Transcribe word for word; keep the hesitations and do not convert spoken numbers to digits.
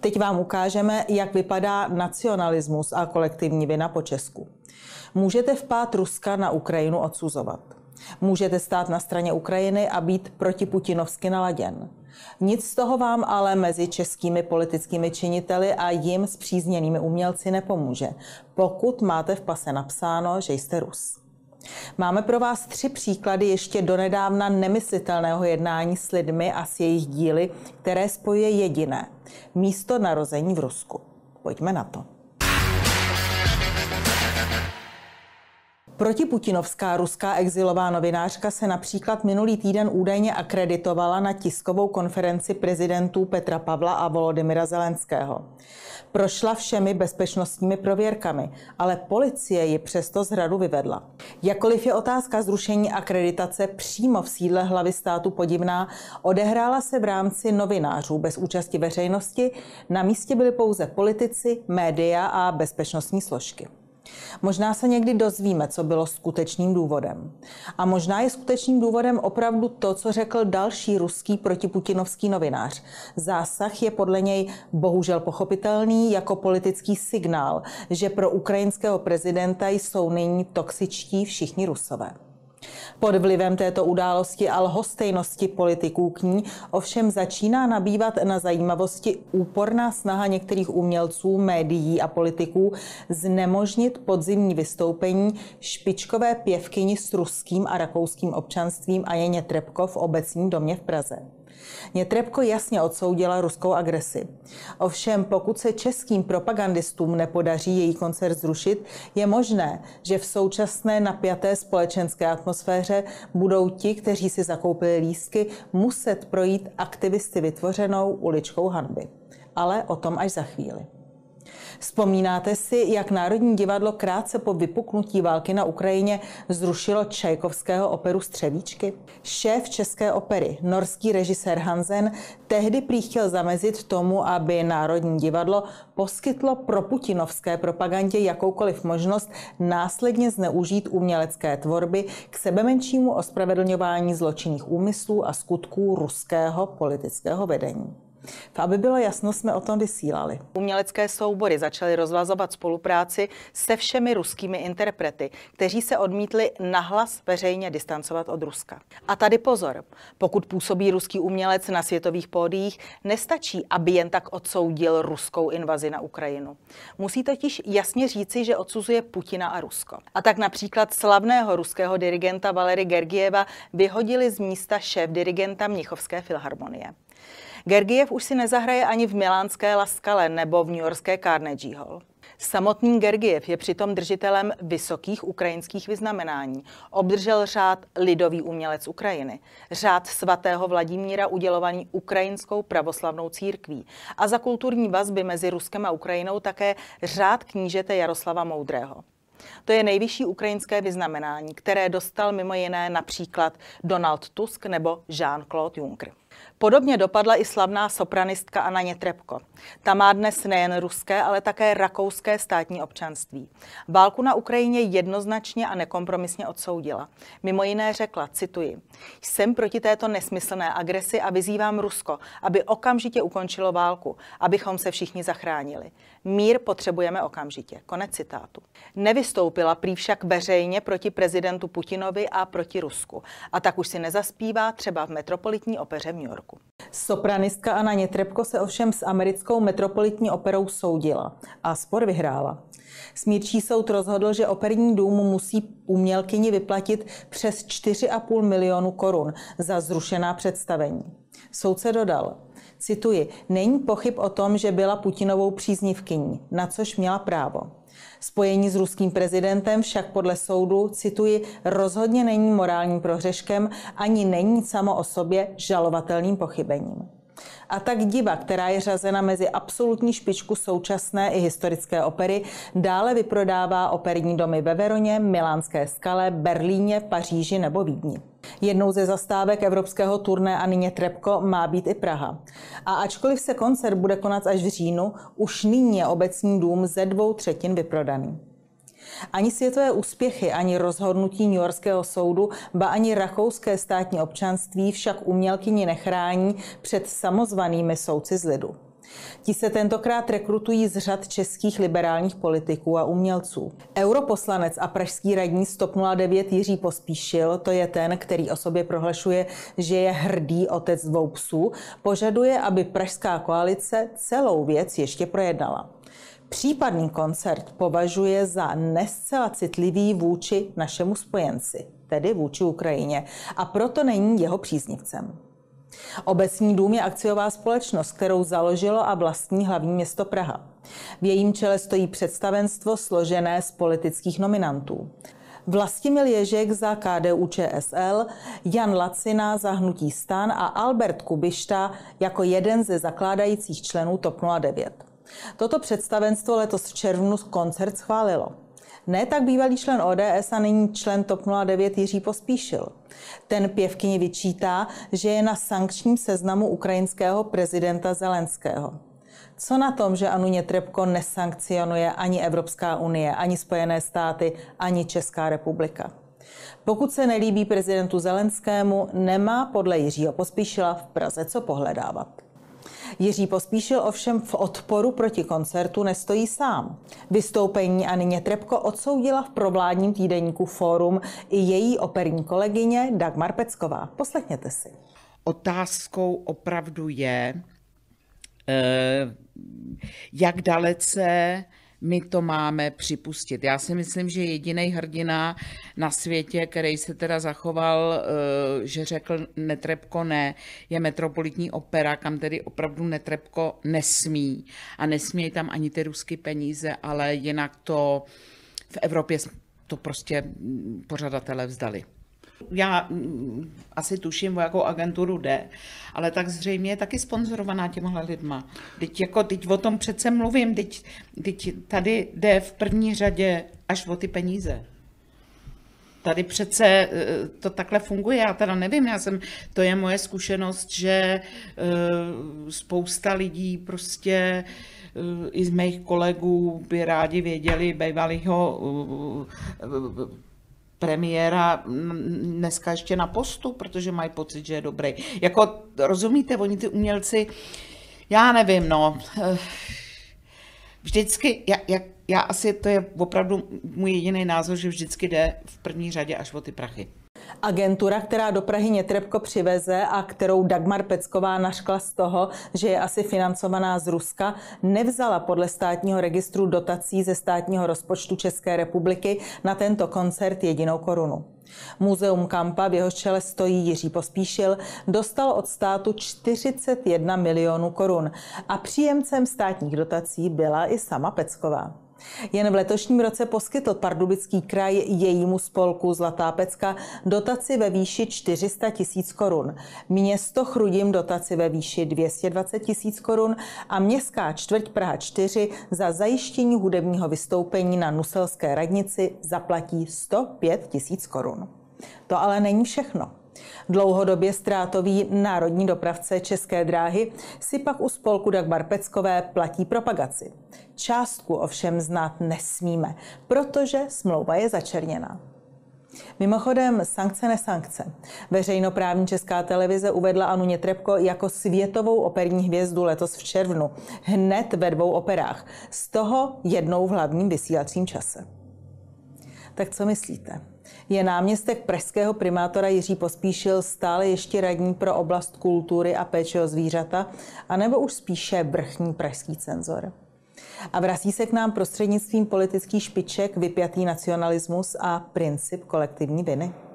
Teď vám ukážeme, jak vypadá nacionalismus a kolektivní vina po Česku. Můžete vpád Ruska na Ukrajinu odsuzovat. Můžete stát na straně Ukrajiny a být protiputinovsky naladěn. Nic z toho vám ale mezi českými politickými činiteli a jim spřízněnými umělci nepomůže, pokud máte v pase napsáno, že jste Rus. Máme pro vás tři příklady ještě donedávna nemyslitelného jednání s lidmi a s jejich díly, které spojuje jediné – místo narození v Rusku. Pojďme na to. Protiputinovská ruská exilová novinářka se například minulý týden údajně akreditovala na tiskovou konferenci prezidentů Petra Pavla a Volodymyra Zelenského. Prošla všemi bezpečnostními prověrkami, ale policie ji přesto z hradu vyvedla. Jakkoliv je otázka zrušení akreditace přímo v sídle hlavy státu podivná, odehrála se v rámci novinářů bez účasti veřejnosti, na místě byli pouze politici, média a bezpečnostní složky. Možná se někdy dozvíme, co bylo skutečným důvodem. A možná je skutečným důvodem opravdu to, co řekl další ruský protiputinovský novinář. Zásah je podle něj bohužel pochopitelný jako politický signál, že pro ukrajinského prezidenta jsou nyní toxičtí všichni Rusové. Pod vlivem této události a lhostejnosti politiků k ní ovšem začíná nabývat na zajímavosti úporná snaha některých umělců, médií a politiků znemožnit podzimní vystoupení špičkové pěvkyni s ruským a rakouským občanstvím Aně Nětrebko v Obecním domě v Praze. Nětrebko jasně odsoudila ruskou agresi. Ovšem, pokud se českým propagandistům nepodaří její koncert zrušit, je možné, že v současné napjaté společenské atmosféře budou ti, kteří si zakoupili lístky, muset projít aktivisty vytvořenou uličkou hanby. Ale o tom až za chvíli. Vzpomínáte si, jak Národní divadlo krátce po vypuknutí války na Ukrajině zrušilo Čajkovského operu Střevíčky? Šéf České opery, norský režisér Hansen, tehdy prý chtěl zamezit tomu, aby Národní divadlo poskytlo proputinovské propagandě jakoukoliv možnost následně zneužít umělecké tvorby k sebemenšímu ospravedlňování zločinných úmyslů a skutků ruského politického vedení. Aby bylo jasno, jsme o tom vysílali. Umělecké soubory začaly rozvazovat spolupráci se všemi ruskými interprety, kteří se odmítli nahlas veřejně distancovat od Ruska. A tady pozor, pokud působí ruský umělec na světových pódiích, nestačí, aby jen tak odsoudil ruskou invazi na Ukrajinu. Musí totiž jasně říci, že odsuzuje Putina a Rusko. A tak například slavného ruského dirigenta Valery Gergijeva vyhodili z místa šéfdirigenta Mnichovské filharmonie. Gergijev už si nezahraje ani v milánské La Scale nebo v newyorské Carnegie Hall. Samotný Gergijev je přitom držitelem vysokých ukrajinských vyznamenání. Obdržel řád Lidový umělec Ukrajiny, řád svatého Vladimíra udělovaný Ukrajinskou pravoslavnou církví a za kulturní vazby mezi Ruskem a Ukrajinou také řád knížete Jaroslava Moudrého. To je nejvyšší ukrajinské vyznamenání, které dostal mimo jiné například Donald Tusk nebo Jean-Claude Juncker. Podobně dopadla i slavná sopranistka Anna Nětrebko. Ta má dnes nejen ruské, ale také rakouské státní občanství. Válku na Ukrajině jednoznačně a nekompromisně odsoudila. Mimo jiné řekla, cituji, jsem proti této nesmyslné agresi a vyzývám Rusko, aby okamžitě ukončilo válku, abychom se všichni zachránili. Mír potřebujeme okamžitě. Konec citátu. Nevystoupila prý však veřejně proti prezidentu Putinovi a proti Rusku. A tak už si nezaspívá třeba v Metropolitní opeře v New Yorku. Sopranistka Anna Nětrebko se ovšem s americkou Metropolitní operou soudila a spor vyhrála. Smírčí soud rozhodl, že operní dům musí umělkyni vyplatit přes čtyři a půl milionu korun za zrušená představení. Soudce dodal, cituji, není pochyb o tom, že byla Putinovou příznivkyní, na což měla právo. Spojení s ruským prezidentem však podle soudu, cituji, rozhodně není morálním prohřeškem ani není samo o sobě žalovatelným pochybením. A tak diva, která je řazena mezi absolutní špičku současné i historické opery, dále vyprodává operní domy ve Veroně, Milánské Skale, Berlíně, Paříži nebo Vídni. Jednou ze zastávek evropského turné Anny Nětrebko má být i Praha. A ačkoliv se koncert bude konat až v říjnu, už nyní je Obecní dům ze dvou třetin vyprodaný. Ani světové úspěchy, ani rozhodnutí newyorského soudu, ba ani rakouské státní občanství však umělkyni nechrání před samozvanými soudci z lidu. Ti se tentokrát rekrutují z řad českých liberálních politiků a umělců. Europoslanec a pražský radní z TOP nula devět Jiří Pospíšil, to je ten, který o sobě prohlašuje, že je hrdý otec dvou psů, požaduje, aby pražská koalice celou věc ještě projednala. Případný koncert považuje za nescela citlivý vůči našemu spojenci, tedy vůči Ukrajině, a proto není jeho příznivcem. Obecní dům je akciová společnost, kterou založilo a vlastní hlavní město Praha. V jejím čele stojí představenstvo složené z politických nominantů. Vlastimil Ježek za K D U Č S L, Jan Lacina za hnutí STAN a Albert Kubišta jako jeden ze zakládajících členů TOP nula devět. Toto představenstvo letos v červnu koncert schválilo. Ne tak bývalý člen O D S a nyní člen TOP nula devět Jiří Pospíšil. Ten pěvkyni vyčítá, že je na sankčním seznamu ukrajinského prezidenta Zelenského. Co na tom, že Anu Nětrebko nesankcionuje ani Evropská unie, ani Spojené státy, ani Česká republika? Pokud se nelíbí prezidentu Zelenskému, nemá podle Jiřího Pospíšila v Praze co pohledávat. Jiří Pospíšil ovšem v odporu proti koncertu nestojí sám. Vystoupení Anny Nětrebko odsoudila v provládním týdeníku Fórum i její operní kolegyně Dagmar Pecková. Poslechněte si. Otázkou opravdu je, jak dalece my to máme připustit. Já si myslím, že jediný hrdina na světě, který se teda zachoval, že řekl Netrebko ne, je Metropolitní opera, kam tedy opravdu Netrebko nesmí. A nesmějí tam ani ty ruské peníze, ale jinak to v Evropě to prostě pořadatelé vzdali. Já asi tuším, o jakou agenturu jde, ale tak zřejmě je taky sponzorovaná těmhle lidma. Teď, jako, teď o tom přece mluvím, teď, teď tady jde v první řadě až o ty peníze. Tady přece to takhle funguje, já teda nevím, já jsem, to je moje zkušenost, že uh, spousta lidí prostě uh, i z mých kolegů by rádi věděli bývalýho uh, uh, premiéra dneska ještě na postu, protože mají pocit, že je dobrý. Jako, rozumíte, oni ty umělci, já nevím, no, vždycky, já, já, já asi, to je opravdu můj jediný názor, že vždycky jde v první řadě až o ty prachy. Agentura, která do Prahy Nětrebko přiveze a kterou Dagmar Pecková nařkla z toho, že je asi financovaná z Ruska, nevzala podle státního registru dotací ze státního rozpočtu České republiky na tento koncert jedinou korunu. Muzeum Kampa, v jehož čele stojí Jiří Pospíšil, dostal od státu čtyřicet jedna milionů korun a příjemcem státních dotací byla i sama Pecková. Jen v letošním roce poskytl Pardubický kraj jejímu spolku Zlatá pecka dotaci ve výši čtyři sta tisíc korun, město Chrudim dotaci ve výši dvě stě dvacet tisíc korun a městská čtvrť Praha čtyři za zajištění hudebního vystoupení na Nuselské radnici zaplatí sto pět tisíc korun. To ale není všechno. Dlouhodobě ztrátový národní dopravce České dráhy si pak u spolku Dagmar Peckové platí propagaci. Částku ovšem znát nesmíme, protože smlouva je začerněná. Mimochodem, sankce nesankce. Veřejnoprávní Česká televize uvedla Anu Nětrebko jako světovou operní hvězdu letos v červnu, hned ve dvou operách, z toho jednou v hlavním vysílacím čase. Tak co myslíte? Je náměstek pražského primátora Jiří Pospíšil stále ještě radní pro oblast kultury a péče o zvířata, anebo už spíše vrchní pražský cenzor? A vrací se k nám prostřednictvím politických špiček vypjatý nacionalismus a princip kolektivní viny?